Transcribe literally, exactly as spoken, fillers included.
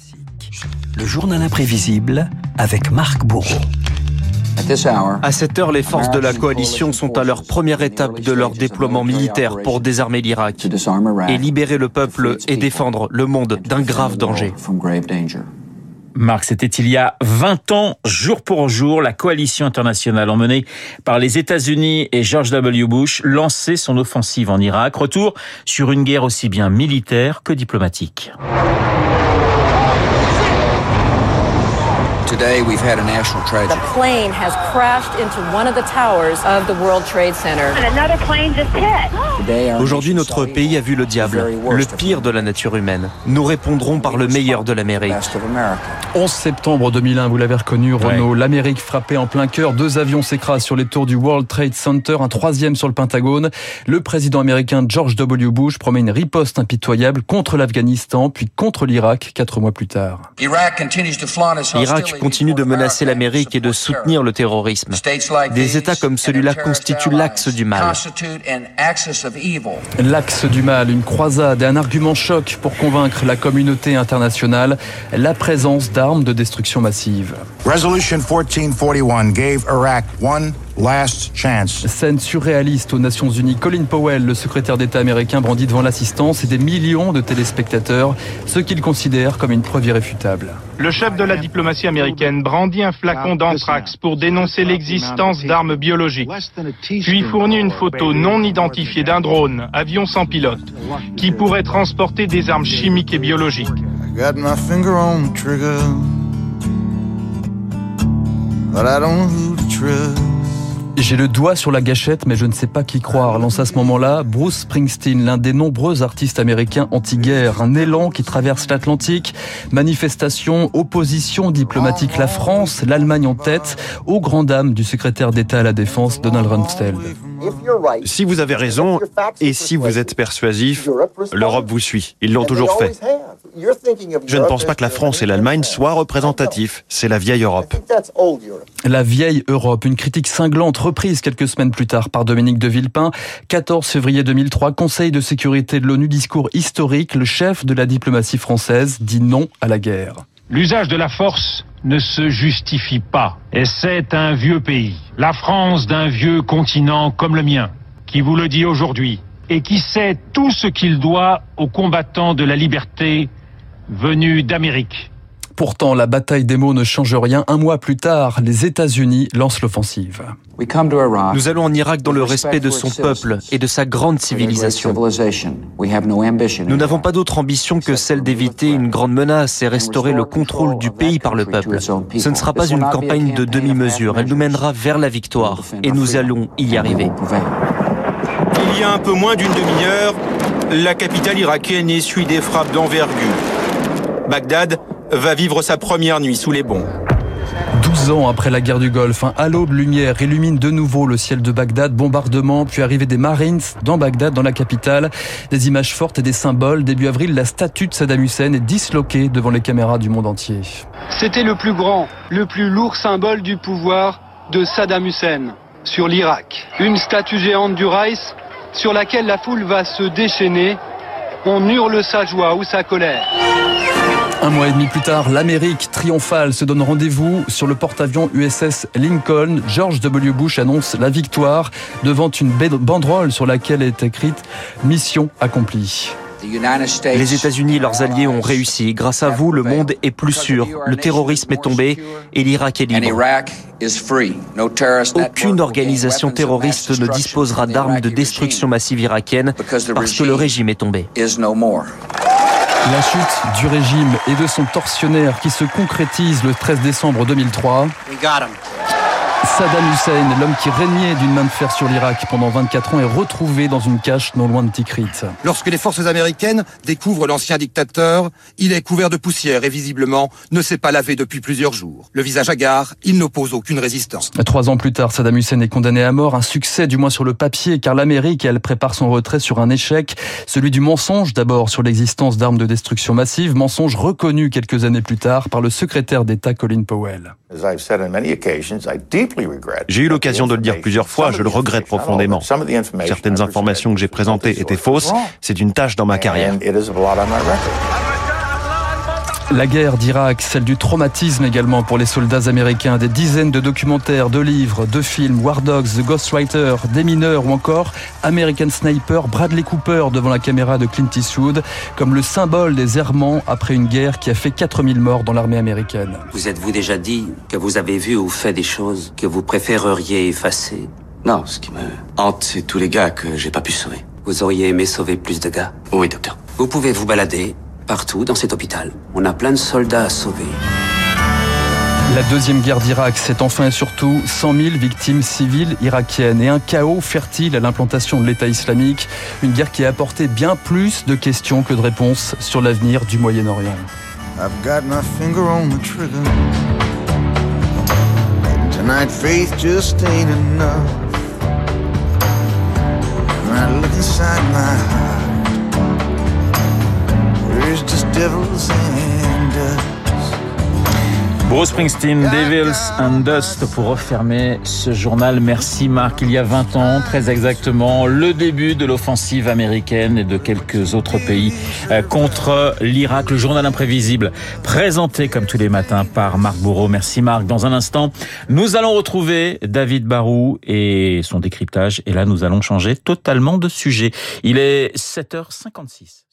Le journal imprévisible avec Marc Bourreau. À cette heure, les forces de la coalition sont à leur première étape de leur déploiement militaire pour désarmer l'Irak et libérer le peuple et défendre le monde d'un grave danger. Marc, c'était il y a vingt ans, jour pour jour, la coalition internationale emmenée par les États-Unis et George W. Bush lançait son offensive en Irak. Retour sur une guerre aussi bien militaire que diplomatique. Today we've had a national tragedy. The plane has crashed into one of the towers of the World Trade Center. And another plane just hit. Aujourd'hui, notre pays a vu le diable, le pire de la nature humaine. Nous répondrons par le meilleur de l'Amérique. onze septembre deux mille un, vous l'avez reconnu, Renaud. Ouais. L'Amérique frappée en plein cœur. Deux avions s'écrasent sur les tours du World Trade Center, un troisième sur le Pentagone. Le président américain George W. Bush promet une riposte impitoyable contre l'Afghanistan, puis contre l'Irak, quatre mois plus tard. L'Irak continue de menacer l'Amérique et de soutenir le terrorisme. Des États comme celui-là constituent l'axe du mal. L'axe du mal, une croisade et un argument choc pour convaincre la communauté internationale, la présence d'armes de destruction massive. Resolution fourteen forty-one gave Iraq one last chance. Scène surréaliste aux Nations Unies. Colin Powell, le secrétaire d'État américain, brandit devant l'assistance et des millions de téléspectateurs, ce qu'il considère comme une preuve irréfutable. Le chef de la diplomatie américaine brandit un flacon d'anthrax pour dénoncer l'existence d'armes biologiques, puis fournit une photo non identifiée d'un drone, avion sans pilote, qui pourrait transporter des armes chimiques et biologiques. J'ai le doigt sur la gâchette, mais je ne sais pas qui croire. Lance à ce moment-là Bruce Springsteen, l'un des nombreux artistes américains anti-guerre. Un élan qui traverse l'Atlantique. Manifestations, opposition diplomatique. La France, l'Allemagne en tête, aux grandes dames du secrétaire d'État à la Défense, Donald Rumsfeld. Si vous avez raison, et si vous êtes persuasif, l'Europe vous suit. Ils l'ont toujours fait. Je ne pense pas que la France et l'Allemagne soient représentatifs. C'est la vieille Europe. La vieille Europe, une critique cinglante reprise quelques semaines plus tard par Dominique de Villepin. quatorze février deux mille trois, Conseil de sécurité de l'ONU, discours historique. Le chef de la diplomatie française dit non à la guerre. L'usage de la force ne se justifie pas. Et c'est un vieux pays, la France d'un vieux continent comme le mien, qui vous le dit aujourd'hui, et qui sait tout ce qu'il doit aux combattants de la liberté venus d'Amérique. Pourtant, la bataille des mots ne change rien. Un mois plus tard, les États-Unis lancent l'offensive. Nous allons en Irak dans le respect de son peuple et de sa grande civilisation. Nous n'avons pas d'autre ambition que celle d'éviter une grande menace et restaurer le contrôle du pays par le peuple. Ce ne sera pas une campagne de demi-mesure. Elle nous mènera vers la victoire et nous allons y arriver. Il y a un peu moins d'une demi-heure, la capitale irakienne essuie des frappes d'envergure. Bagdad va vivre sa première nuit sous les bombes. douze ans après la guerre du Golfe, un halo de lumière illumine de nouveau le ciel de Bagdad. Bombardement, puis arrivée des Marines dans Bagdad, dans la capitale. Des images fortes et des symboles. Début avril, la statue de Saddam Hussein est disloquée devant les caméras du monde entier. C'était le plus grand, le plus lourd symbole du pouvoir de Saddam Hussein sur l'Irak. Une statue géante du Raïs sur laquelle la foule va se déchaîner. On hurle sa joie ou sa colère. Un mois et demi plus tard, l'Amérique triomphale se donne rendez-vous sur le porte-avions U S S Lincoln. George W. Bush annonce la victoire devant une banderole sur laquelle est écrite « Mission accomplie ». Les États-Unis et leurs alliés ont réussi. Grâce à vous, le monde est plus sûr. Le terrorisme est tombé et l'Irak est libre. Aucune organisation terroriste ne disposera d'armes de destruction massive irakienne parce que le régime est tombé. La chute du régime et de son tortionnaire qui se concrétise le treize décembre deux mille trois. Saddam Hussein, l'homme qui régnait d'une main de fer sur l'Irak pendant vingt-quatre ans, est retrouvé dans une cache non loin de Tikrit. Lorsque les forces américaines découvrent l'ancien dictateur, il est couvert de poussière et visiblement ne s'est pas lavé depuis plusieurs jours. Le visage hagard, il n'oppose aucune résistance. Trois ans plus tard, Saddam Hussein est condamné à mort. Un succès, du moins sur le papier, car l'Amérique, elle prépare son retrait sur un échec. Celui du mensonge, d'abord, sur l'existence d'armes de destruction massive. Mensonge reconnu quelques années plus tard par le secrétaire d'État Colin Powell. J'ai eu l'occasion de le dire plusieurs fois, je le regrette profondément. Certaines informations que j'ai présentées étaient fausses, c'est une tâche dans ma carrière. La guerre d'Irak, celle du traumatisme également pour les soldats américains. Des dizaines de documentaires, de livres, de films, War Dogs, The Ghostwriter, Des mineurs ou encore American Sniper, Bradley Cooper devant la caméra de Clint Eastwood, comme le symbole des errements après une guerre qui a fait quatre mille morts dans l'armée américaine. Vous êtes-vous déjà dit que vous avez vu ou fait des choses que vous préféreriez effacer? Non, ce qui me hante, c'est tous les gars que j'ai pas pu sauver. Vous auriez aimé sauver plus de gars? Oui, docteur. Vous pouvez vous balader partout dans cet hôpital. On a plein de soldats à sauver. La deuxième guerre d'Irak, c'est enfin et surtout cent mille victimes civiles irakiennes et un chaos fertile à l'implantation de l'État islamique. Une guerre qui a apporté bien plus de questions que de réponses sur l'avenir du Moyen-Orient. I've got my finger on the trigger. Tonight faith just ain't enough. When I look inside my heart, there's just devils and dust. Bruce Springsteen, Devils and Dust pour refermer ce journal. Merci Marc. Il y a vingt ans, très exactement, le début de l'offensive américaine et de quelques autres pays contre l'Irak. Le journal imprévisible, présenté comme tous les matins par Marc Bourreau. Merci Marc. Dans un instant, nous allons retrouver David Barou et son décryptage. Et là, nous allons changer totalement de sujet. Il est sept heures cinquante-six.